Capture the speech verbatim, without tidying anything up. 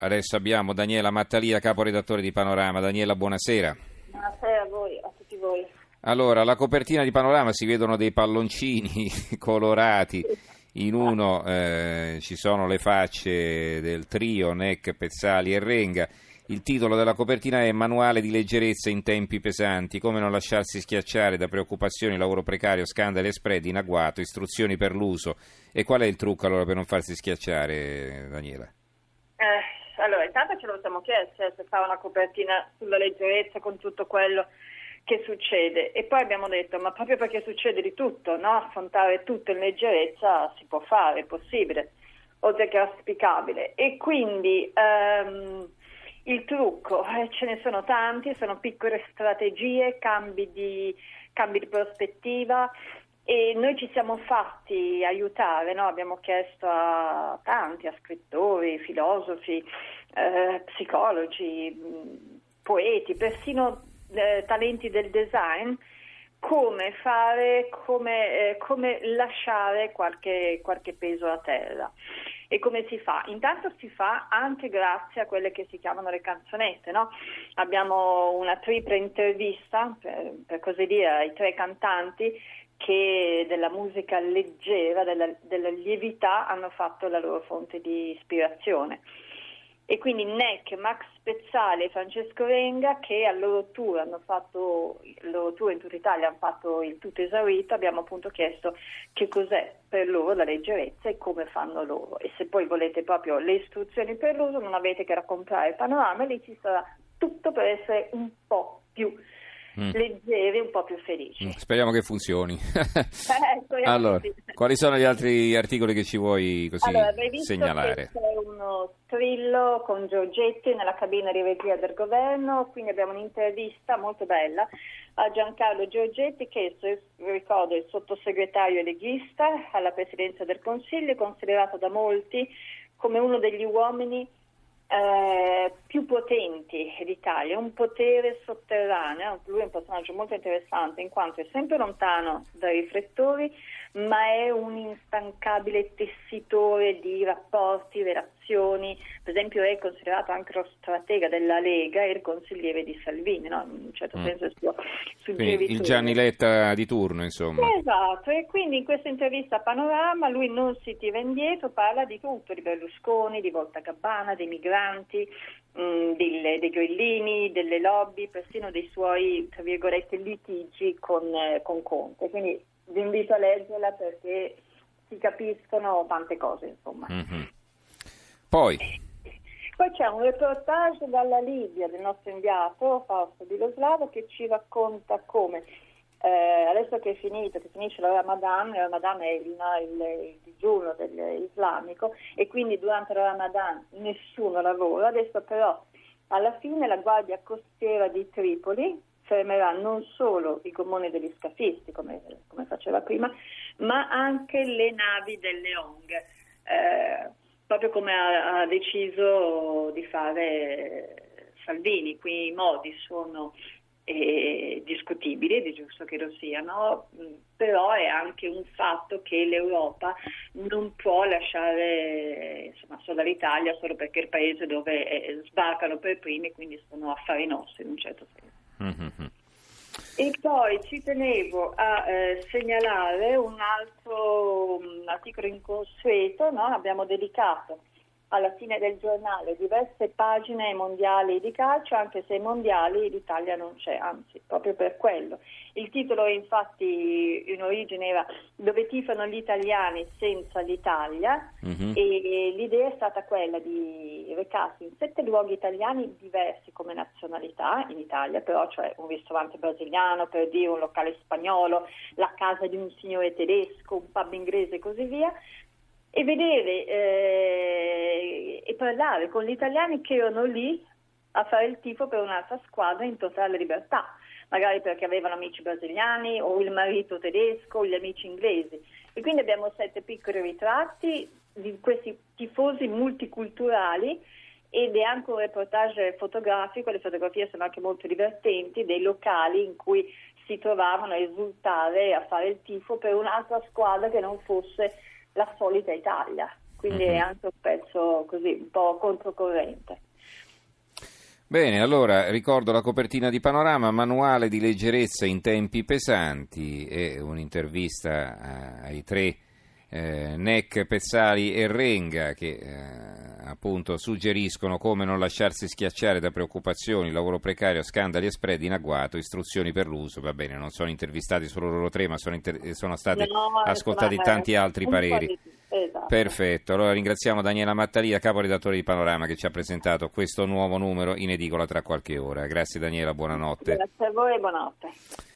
Adesso abbiamo Daniela Mattalia, caporedattore di Panorama. Daniela, buonasera. Buonasera a voi, a tutti voi. Allora, la copertina di Panorama si vedono dei palloncini colorati. In uno eh, ci sono le facce del trio Neck, Pezzali e Renga. Il titolo della copertina è Manuale di leggerezza in tempi pesanti, come non lasciarsi schiacciare da preoccupazioni, lavoro precario, scandali e spread in agguato, istruzioni per l'uso. E qual è il trucco allora per non farsi schiacciare, Daniela? Eh, allora, intanto ce lo siamo chiesti eh, se fare una copertina sulla leggerezza con tutto quello che succede, e poi abbiamo detto ma proprio perché succede di tutto, no? Affrontare tutto in leggerezza si può fare, è possibile, oltre che auspicabile, e quindi ehm, il trucco, eh, ce ne sono tanti, sono piccole strategie, cambi di, cambi di prospettiva, e noi ci siamo fatti aiutare, no? Abbiamo chiesto a tanti, a scrittori, filosofi, eh, psicologi, mh, poeti, persino eh, talenti del design, come fare, come, eh, come lasciare qualche, qualche peso a terra. E come si fa? Intanto si fa anche grazie a quelle che si chiamano le canzonette, no? Abbiamo una tripla intervista, per, per così dire, ai tre cantanti che della musica leggera, della, della lievità hanno fatto la loro fonte di ispirazione. E quindi Neck, Max Pezzali e Francesco Renga, che al loro tour hanno fatto il loro tour in tutta Italia, hanno fatto il tutto esaurito, abbiamo appunto chiesto che cos'è per loro la leggerezza e come fanno loro. E se poi volete proprio le istruzioni per l'uso, non avete che da comprare Panorama, lì ci sarà tutto per essere un po' più Mm. leggeri, un po' più felici. Mm, speriamo che funzioni. eh, allora, quali sono gli altri articoli che ci vuoi così allora, visto segnalare? Che c'è uno strillo con Giorgetti nella cabina di regia del governo, quindi abbiamo un'intervista molto bella a Giancarlo Giorgetti, che ricordo il sottosegretario leghista alla presidenza del Consiglio, considerato da molti come uno degli uomini Eh, più potenti d'Italia, un potere sotterraneo. Lui è un personaggio molto interessante in quanto è sempre lontano dai riflettori, ma è un instancabile tessitore di rapporti, relazioni. Per esempio è considerato anche lo stratega della Lega e il consigliere di Salvini, no? In un certo mm. senso il suo quindi il Gianni Letta di turno, insomma. Esatto, e quindi in questa intervista a Panorama lui non si tira indietro, parla di tutto, di Berlusconi, di Volta Gabbana, dei migranti, mh, delle, dei grillini, delle lobby, persino dei suoi, tra virgolette, litigi con, eh, con Conte. Quindi vi invito a leggerla perché si capiscono tante cose, insomma. Mm-hmm. Poi... Poi c'è un reportage dalla Libia del nostro inviato Fausto Biloslavo che ci racconta come eh, adesso che è finito, che finisce la Ramadan, il Ramadan è il, il, il digiuno dell'islamico e quindi durante la Ramadan nessuno lavora, adesso però alla fine la guardia costiera di Tripoli fermerà non solo i gommoni degli scafisti come, come faceva prima, ma anche le navi delle O N G. Eh, proprio come ha, ha deciso di fare Salvini. Qui i modi sono eh, discutibili, ed è giusto che lo siano, però è anche un fatto che l'Europa non può lasciare insomma, solo l'Italia solo perché è il paese dove eh, sbarcano per primi e quindi sono affari nostri in un certo senso. Mm-hmm. E poi ci tenevo a eh, segnalare un altro um, articolo inconsueto, no? Abbiamo dedicato alla fine del giornale diverse pagine ai mondiali di calcio, anche se ai mondiali l'Italia non c'è, anzi, proprio per quello. Il titolo infatti in origine era Dove tifano gli italiani senza l'Italia, mm-hmm. e l'idea è stata quella di recarsi in sette luoghi italiani diversi come nazionalità in Italia, però cioè un ristorante brasiliano, per dire un locale spagnolo, la casa di un signore tedesco, un pub inglese e così via, e vedere eh, e parlare con gli italiani che erano lì a fare il tifo per un'altra squadra in totale libertà, magari perché avevano amici brasiliani o il marito tedesco o gli amici inglesi. E quindi abbiamo sette piccoli ritratti di questi tifosi multiculturali ed è anche un reportage fotografico, le fotografie sono anche molto divertenti, dei locali in cui si trovavano a esultare, a fare il tifo per un'altra squadra che non fosse la solita Italia. quindi mm-hmm. è anche un pezzo così un po' controcorrente. Bene, allora ricordo la copertina di Panorama, manuale di leggerezza in tempi pesanti, e un'intervista ai tre eh, Neck, Pezzali e Renga che eh, appunto suggeriscono come non lasciarsi schiacciare da preoccupazioni, lavoro precario, scandali e spread in agguato, istruzioni per l'uso. Va bene, non sono intervistati solo loro tre, ma sono, inter- sono stati no, ascoltati insomma, tanti altri pareri. Esatto. Perfetto, allora ringraziamo Daniela Mattalia, caporedattore di Panorama, che ci ha presentato questo nuovo numero in edicola tra qualche ora. Grazie Daniela, buonanotte. Grazie a voi e buonanotte.